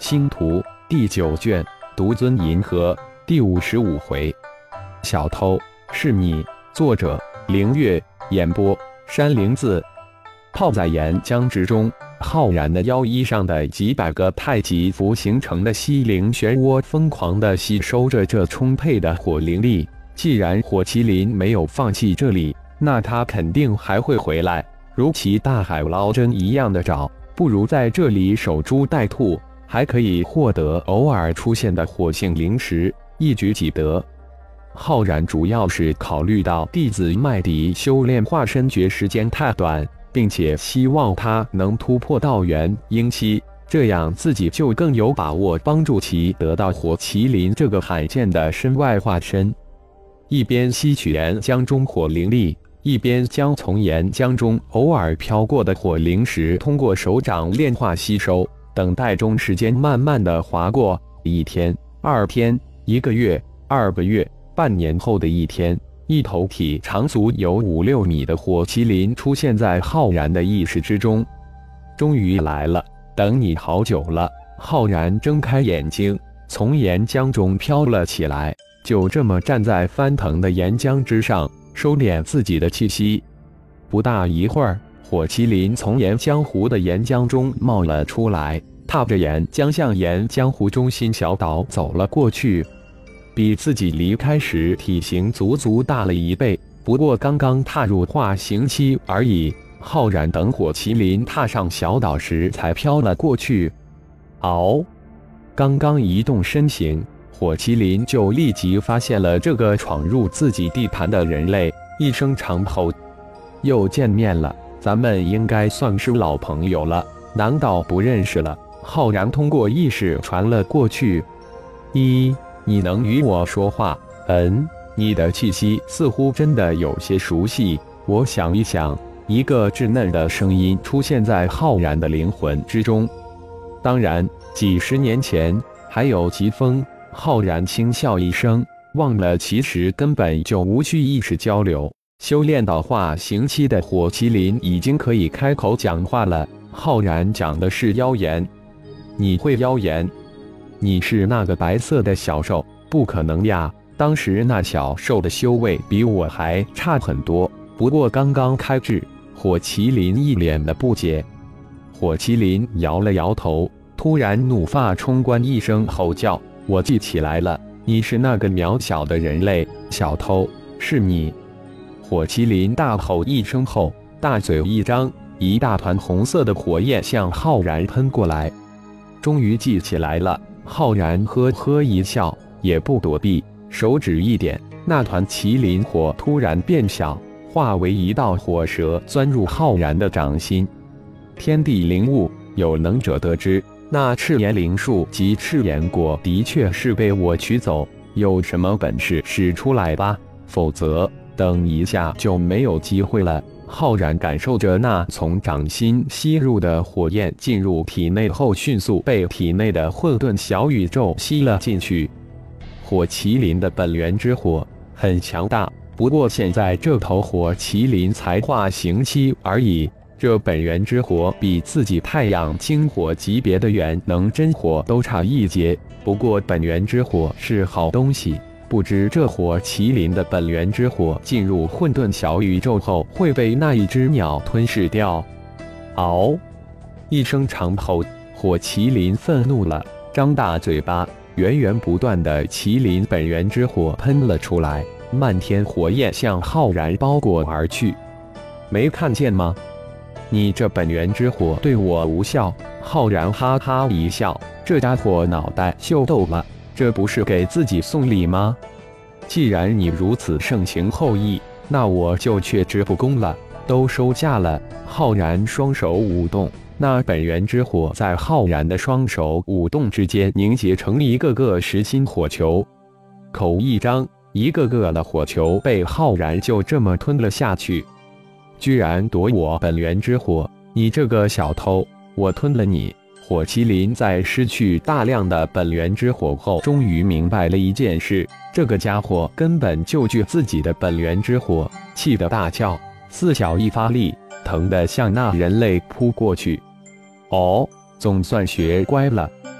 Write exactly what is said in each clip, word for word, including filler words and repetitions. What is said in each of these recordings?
星图第九卷，独尊银河第五十五回。小偷是你。作者：凌月。演播：山灵子。泡在岩浆之中，浩然的腰衣上的几百个太极符形成的西灵漩涡疯狂地吸收着这充沛的火灵力。既然火麒麟没有放弃这里，那他肯定还会回来，如其大海捞针一样的找。不如在这里守株待兔，还可以获得偶尔出现的火性灵石，一举几得。浩然主要是考虑到弟子麦迪修炼化身诀时间太短，并且希望他能突破到元婴期，这样自己就更有把握帮助其得到火麒麟这个罕见的身外化身。一边吸取岩浆中火灵力，一边将从岩浆中偶尔飘过的火灵石通过手掌炼化吸收，等待中时间慢慢的划过。一天，二天，一个月，二个月，半年后的一天，一头体长足有五六米的火麒麟出现在浩然的意识之中。终于来了，等你好久了。浩然睁开眼睛，从岩浆中飘了起来，就这么站在翻腾的岩浆之上，收敛自己的气息。不大一会儿，火麒麟从岩浆湖的岩浆中冒了出来，踏着岩浆向岩浆湖中心小岛走了过去。比自己离开时体型足足大了一倍，不过刚刚踏入化形期而已。浩然等火麒麟踏上小岛时才飘了过去。嗷！刚刚移动身形，火麒麟就立即发现了这个闯入自己地盘的人类，一声长吼：“又见面了，咱们应该算是老朋友了，难道不认识了？”浩然通过意识传了过去。一你能与我说话？嗯，你的气息似乎真的有些熟悉。我想一想，一个稚嫩的声音出现在浩然的灵魂之中。当然，几十年前还有疾风。浩然轻笑一声，忘了其实根本就无需意识交流。修炼到化形期的火麒麟已经可以开口讲话了。浩然讲的是妖言。你会妖言？你是那个白色的小兽？不可能呀，当时那小兽的修为比我还差很多，不过刚刚开智。火麒麟一脸的不解。火麒麟摇了摇头，突然怒发冲冠，一声吼叫：“我记起来了，你是那个渺小的人类小偷，是你！”火麒麟大吼一声后，大嘴一张，一大团红色的火焰向浩然喷过来。终于记起来了。浩然呵呵一笑，也不躲避，手指一点，那团麒麟火突然变小，化为一道火蛇，钻入浩然的掌心。天地灵物，有能者得知，那赤炎灵树及赤炎果的确是被我取走，有什么本事使出来吧，否则等一下就没有机会了。浩然感受着那从掌心吸入的火焰进入体内后，迅速被体内的混沌小宇宙吸了进去。火麒麟的本源之火很强大，不过现在这头火麒麟才化形期而已，这本源之火比自己太阳精火级别的元能真火都差一截。不过本源之火是好东西，不知这火麒麟的本源之火进入混沌小宇宙后会被那一只鸟吞噬掉。嗷！一声长吼，火麒麟愤怒了，张大嘴巴，源源不断的麒麟本源之火喷了出来，漫天火焰向浩然包裹而去。没看见吗？你这本源之火对我无效。浩然哈哈一笑，这家伙脑袋秀逗了，这不是给自己送礼吗？既然你如此盛情厚谊，那我就却之不恭了，都收下了。浩然双手舞动，那本源之火在浩然的双手舞动之间凝结成一个个实心火球，口一张，一个个的火球被浩然就这么吞了下去。居然夺我本源之火，你这个小偷，我吞了你！火麒麟在失去大量的本源之火后，终于明白了一件事：这个家伙根本就惧自己的本源之火，气得大叫，四脚一发力，疼得向那人类扑过去。哦，总算学乖了。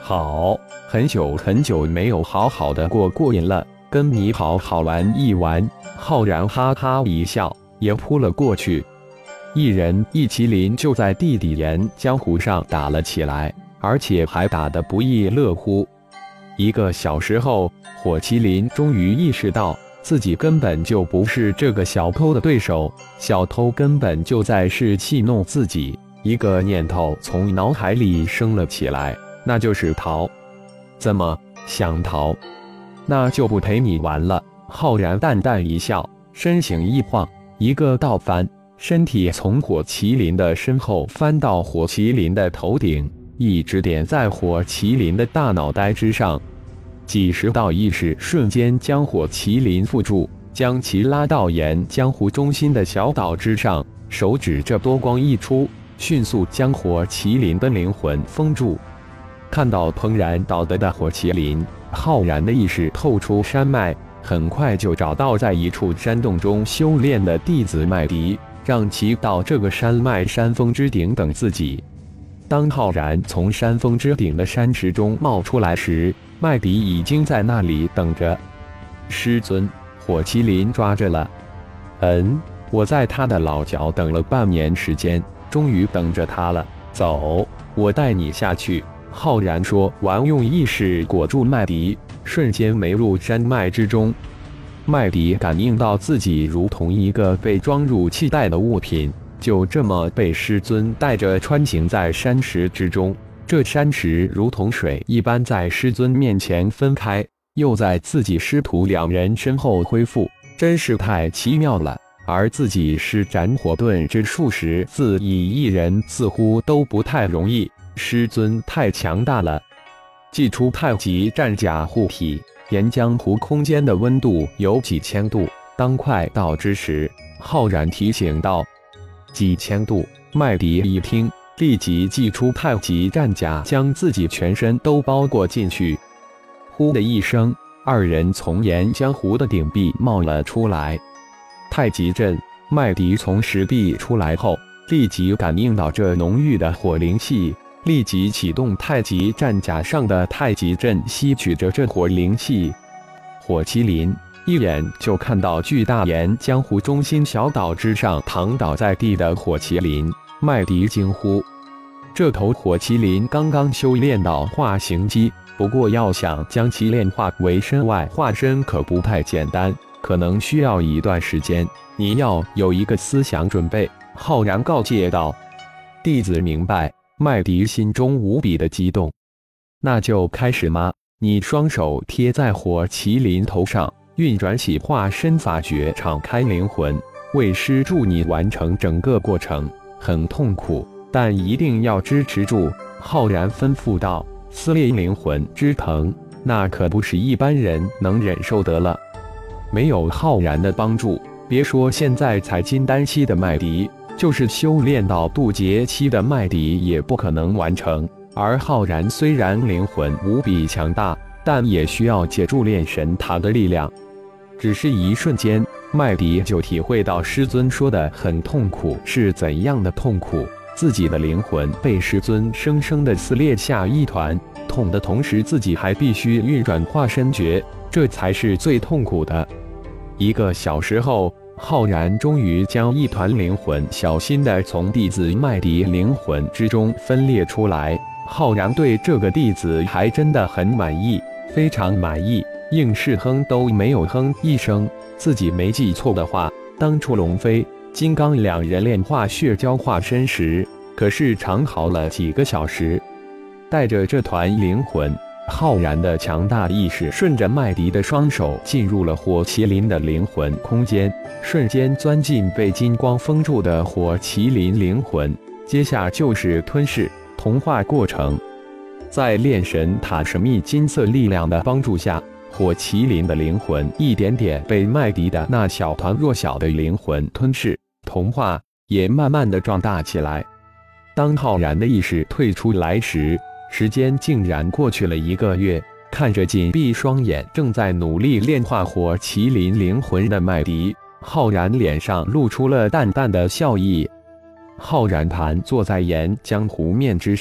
好，很久很久没有好好的过过瘾了，跟你好好玩一玩。浩然哈哈一笑，也扑了过去。一人一麒麟就在地底岩江湖上打了起来，而且还打得不亦乐乎。一个小时后，火麒麟终于意识到自己根本就不是这个小偷的对手，小偷根本就在是戏弄自己。一个念头从脑海里升了起来，那就是逃。怎么想逃？那就不陪你玩了。浩然淡淡一笑，身形一晃，一个倒翻，身体从火麒麟的身后翻到火麒麟的头顶，一直点在火麒麟的大脑袋之上。几十道意识瞬间将火麒麟缚住，将其拉到岩江湖中心的小岛之上，手指着多光一出，迅速将火麒麟的灵魂封住。看到怦然倒得的火麒麟，浩然的意识透出山脉，很快就找到在一处山洞中修炼的弟子麦迪，让其到这个山脉山峰之顶等自己。当浩然从山峰之顶的山石中冒出来时，麦迪已经在那里等着。师尊，火麒麟抓着了。嗯，我在他的老脚等了半年时间，终于等着他了。走，我带你下去。浩然说完，用意识裹住麦迪，瞬间没入山脉之中。麦迪感应到自己如同一个被装入气袋的物品，就这么被师尊带着穿行在山石之中。这山石如同水一般在师尊面前分开，又在自己师徒两人身后恢复，真是太奇妙了。而自己施展火遁之术时，自己一人似乎都不太容易，师尊太强大了。祭出太极战甲护体，岩江湖空间的温度有几千度。当快到之时，浩然提醒道：“几千度。”麦迪一听，立即祭出太极战甲，将自己全身都包裹进去。呼的一声，二人从岩江湖的顶壁冒了出来。太极阵，麦迪从石壁出来后，立即感应到这浓郁的火灵气，立即启动太极战甲上的太极阵，吸取着这火灵气。火麒麟一眼就看到巨大岩江湖中心小岛之上躺倒在地的火麒麟，麦迪惊呼：这头火麒麟刚刚修炼到化形期，不过要想将其炼化为身外化身可不太简单，可能需要一段时间，你要有一个思想准备。浩然告诫道。弟子明白。麦迪心中无比的激动。那就开始吗？你双手贴在火麒麟头上，运转起化身法诀，敞开灵魂，为师助你完成整个过程。很痛苦，但一定要支持住。浩然吩咐道。撕裂灵魂之疼，那可不是一般人能忍受得了。没有浩然的帮助，别说现在才金丹期的麦迪，就是修炼到渡劫期的麦迪也不可能完成。而浩然虽然灵魂无比强大，但也需要借助炼神塔的力量。只是一瞬间，麦迪就体会到师尊说的很痛苦是怎样的痛苦。自己的灵魂被师尊生生的撕裂下一团，痛的同时自己还必须运转化身诀，这才是最痛苦的。一个小时后，浩然终于将一团灵魂小心地从弟子麦迪灵魂之中分裂出来。浩然对这个弟子还真的很满意，非常满意，硬是哼都没有哼一声。自己没记错的话，当初龙飞、金刚两人炼化血蛟化身时，可是长嚎了几个小时。带着这团灵魂，浩然的强大意识顺着麦迪的双手进入了火麒麟的灵魂空间，瞬间钻进被金光封住的火麒麟灵魂。接下就是吞噬、同化过程。在炼神塔神秘金色力量的帮助下，火麒麟的灵魂一点点被麦迪的那小团弱小的灵魂吞噬、同化，也慢慢的壮大起来。当浩然的意识退出来时，时间竟然过去了一个月。看着紧闭双眼正在努力炼化火麒麟灵魂的麦迪，浩然脸上露出了淡淡的笑意。浩然盘坐在岩浆湖面之上，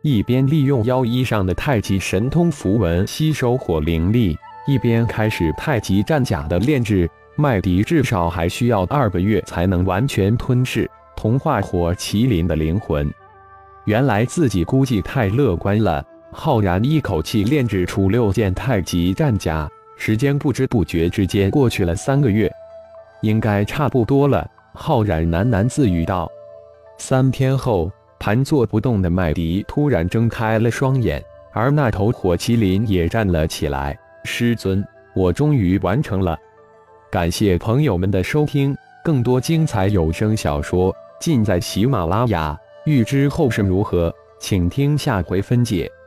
一边利用腰衣上的太极神通符文吸收火灵力，一边开始太极战甲的炼制。麦迪至少还需要二个月才能完全吞噬同化火麒麟的灵魂。原来自己估计太乐观了，浩然一口气炼制出六件太极战甲，时间不知不觉之间过去了三个月，应该差不多了。浩然喃喃自语道。三天后，盘坐不动的麦迪突然睁开了双眼，而那头火麒麟也站了起来。师尊，我终于完成了。感谢朋友们的收听，更多精彩有声小说尽在喜马拉雅。欲知后事如何，请听下回分解。